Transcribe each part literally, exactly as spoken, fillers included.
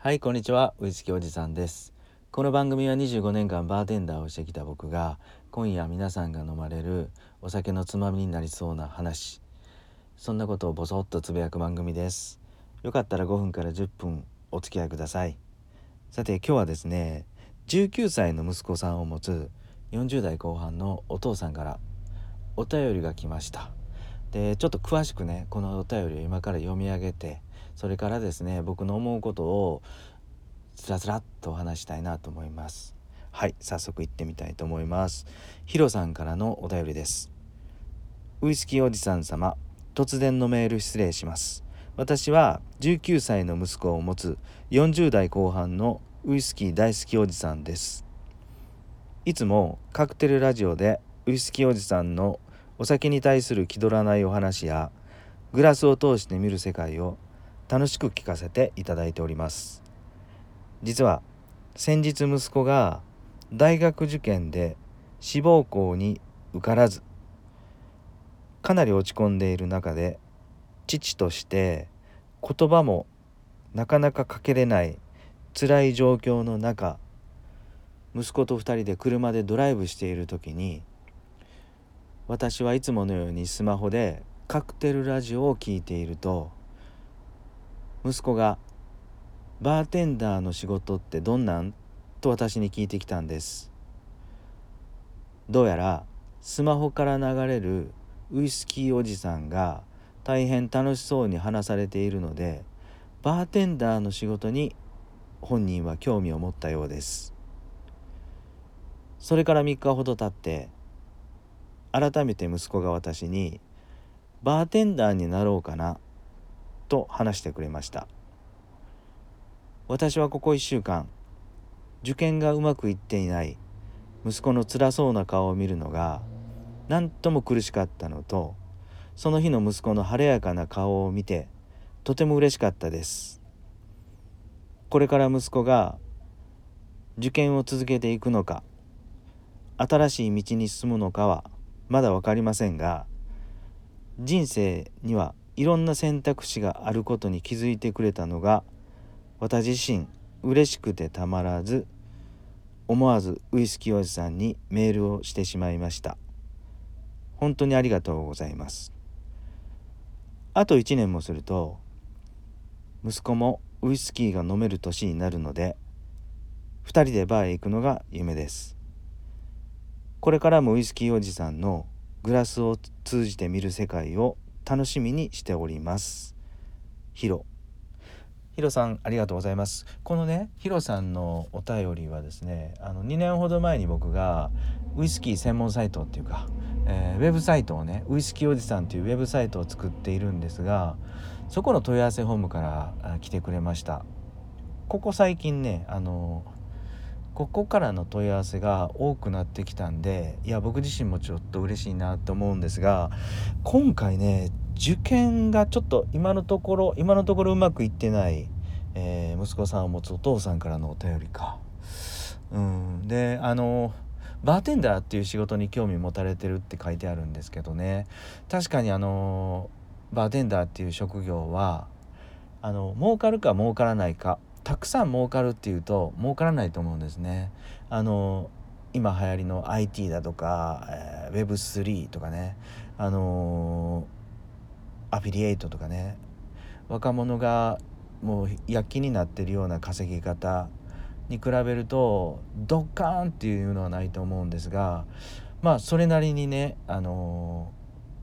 はい、こんにちは。ウイスキーおじさんです。この番組はにじゅうごねんかんバーテンダーをしてきた僕が、今夜皆さんが飲まれるお酒のつまみになりそうな話、そんなことをボソッとつぶやく番組です。よかったらごふんからじゅっぷんお付き合いください。さて、今日はですね、じゅうきゅうさいの息子さんを持つよんじゅうだいこう半のお父さんからお便りが来ました。で、ちょっと詳しくね、このお便りを今から読み上げて、それからですね、僕の思うことをつらつらっとお話したいなと思います。はい、早速行ってみたいと思います。ヒロさんからのお便りです。ウイスキーおじさん様、突然のメール失礼します。私はじゅうきゅうさいの息子を持つよんじゅうだいこう半のウイスキー大好きおじさんです。いつもカクテルラジオでウイスキーおじさんのお酒に対する気取らないお話やグラスを通して見る世界を楽しく聞かせていただいております。実は先日息子が大学受験で志望校に受からずかなり落ち込んでいる中で、父として言葉もなかなかかけれない辛い状況の中、息子と二人で車でドライブしている時に、私はいつものようにスマホでカクテルラジオを聞いていると、息子がバーテンダーの仕事ってどんなんと私に聞いてきたんです。どうやらスマホから流れるウイスキーおじさんが大変楽しそうに話されているので、バーテンダーの仕事に本人は興味を持ったようです。それからみっかほど経って改めて息子が私にバーテンダーになろうかなと話してくれました。私はここいっしゅうかん受験がうまくいっていない息子の辛そうな顔を見るのが何とも苦しかったのと、その日の息子の晴れやかな顔を見てとても嬉しかったです。これから息子が受験を続けていくのか新しい道に進むのかはまだ分かりませんが、人生にはいろんな選択肢があることに気づいてくれたのが私自身嬉しくてたまらず、思わずウイスキーおじさんにメールをしてしまいました。本当にありがとうございます。あといちねんもすると息子もウイスキーが飲める年になるので、ふたりでバーへ行くのが夢です。これからもウイスキーおじさんのグラスを通じて見る世界を楽しみにしております。ヒロヒロさん、ありがとうございます。このね、ヒロさんのお便りはですね、あのにねんほど前に僕がウイスキー専門サイトっていうか、えー、ウェブサイトをね、ウイスキーおじさんというウェブサイトを作っているんですが、そこの問い合わせフォームから来てくれました。ここ最近ね、あのここからの問い合わせが多くなってきたんで、いや僕自身もちょっと嬉しいなと思うんですが、今回ね、受験がちょっと今のところ今のところうまくいってない、えー、息子さんを持つお父さんからのお便りか。うんで、あのバーテンダーっていう仕事に興味持たれてるって書いてあるんですけどね、確かにあのバーテンダーっていう職業はあの儲かるか儲からないか、たくさん儲かるっていうと儲からないと思うんですね。あの今流行りの アイティー だとか、えー、ウェブスリー とかね、あのアフィリエイトとかね、若者がもう躍起になってるような稼ぎ方に比べるとドッカーンっていうのはないと思うんですが、まあそれなりにね、あの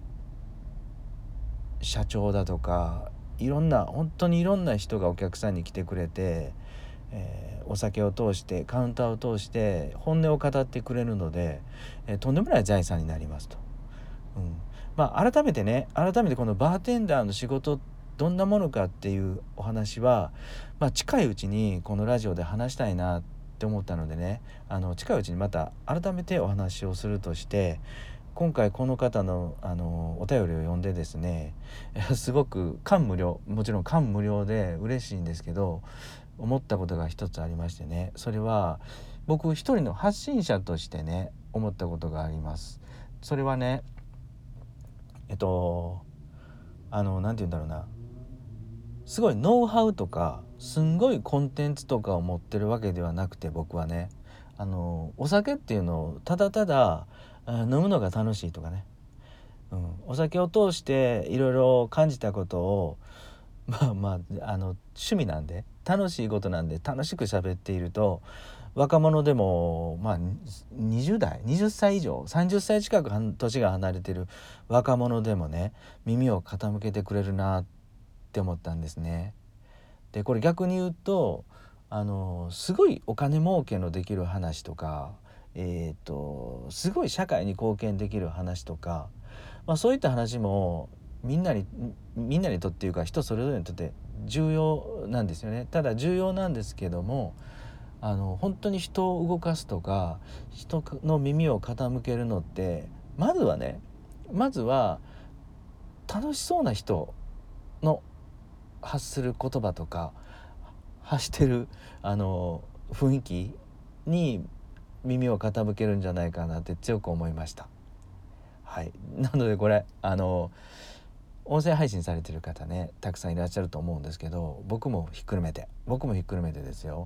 社長だとかいろんな本当にいろんな人がお客さんに来てくれて、えー、お酒を通してカウンターを通して本音を語ってくれるので、えー、とんでもない財産になりますと。うん、まあ改めてね改めてこのバーテンダーの仕事どんなものかっていうお話は、まあ、近いうちにこのラジオで話したいなって思ったのでね、あの近いうちにまた改めてお話をするとして、今回この方の、あのお便りを読んでですね、すごく感無量、もちろん感無量で嬉しいんですけど、思ったことが一つありましてね、それは僕一人の発信者としてね思ったことがあります。それはね、えっとあのなんて言うんだろうな、 すごいノウハウとかすんごいコンテンツとかを持ってるわけではなくて、僕はねあのお酒っていうのをただただ飲むのが楽しいとかね、うん、お酒を通していろいろ感じたことをまあまああの趣味なんで楽しいことなんで楽しく喋っていると、若者でもまあにじゅう代にじゅっさい以上さんじゅっさい近く年が離れてる若者でもね耳を傾けてくれるなって思ったんですね。でこれ逆に言うとあのすごいお金儲けのできる話とか、えーとすごい社会に貢献できる話とか、まあ、そういった話もみんなにみんなにとっていうか人それぞれにとって重要なんですよね。ただ重要なんですけども、あの本当に人を動かすとか人の耳を傾けるのってまずはねまずは楽しそうな人の発する言葉とか発してるあの雰囲気に耳を傾けるんじゃないかなって強く思いました。はい、なのでこれあの音声配信されてる方ねたくさんいらっしゃると思うんですけど、僕もひっくるめて僕もひっくるめてですよ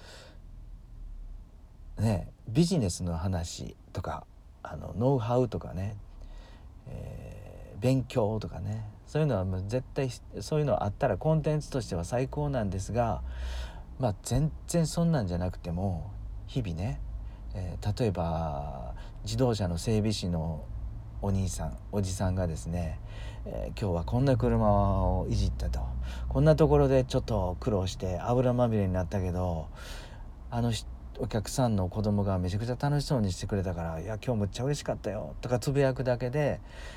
ね、ビジネスの話とかあのノウハウとかね、えー勉強とかね、そういうのはもう絶対そういうのあったらコンテンツとしては最高なんですが、まあ全然そんなんじゃなくても日々ね、えー例えば自動車の整備士のお兄さんおじさんがですね、えー今日はこんな車をいじったと、こんなところでちょっと苦労して油まみれになったけど、あのお客さんの子供がめちゃくちゃ楽しそうにしてくれたから、いや今日むっちゃ嬉しかったよとかつぶやくだけで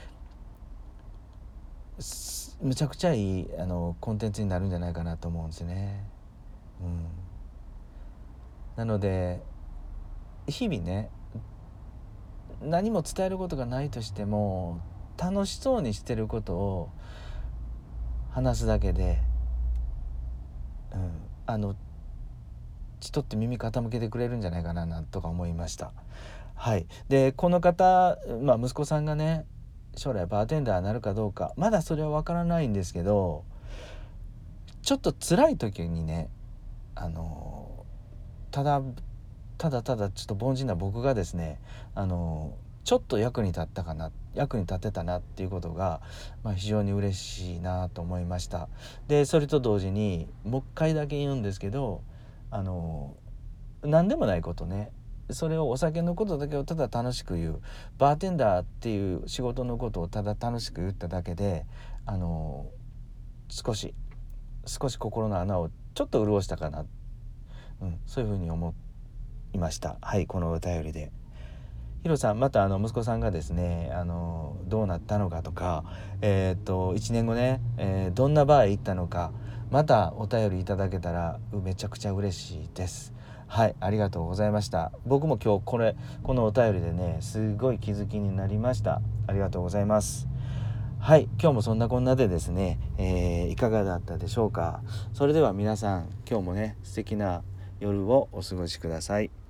むちゃくちゃいいあのコンテンツになるんじゃないかなと思うんですね。うん、なので日々ね何も伝えることがないとしても楽しそうにしてることを話すだけで、うん、あの人って耳傾けてくれるんじゃないかななんとか思いました。はい、でこの方、まあ、息子さんがね将来バーテンダーになるかどうかまだそれは分からないんですけど、ちょっと辛い時にねあのただただただちょっと凡人な僕がですねあのちょっと役に立ったかな役に立てたなっていうことが、まあ、非常に嬉しいなと思いました。でそれと同時にもう一回だけ言うんですけど、あの何でもないことね、それをお酒のことだけをただ楽しく言うバーテンダーっていう仕事のことをただ楽しく言っただけであの少し少し心の穴をちょっと潤したかな、うん、そういうふうに思いました。はい、このお便りでヒロさんまたあの息子さんがですねあのどうなったのかとか、えー、っといちねんごね、えー、どんなバーへ行ったのかまたお便りいただけたらめちゃくちゃ嬉しいです。はい、ありがとうございました。僕も今日これこのお便りでねすごい気づきになりました。ありがとうございます。はい、今日もそんなこんなでですね、えー、いかがだったでしょうか。それでは皆さん今日もね素敵な夜をお過ごしください。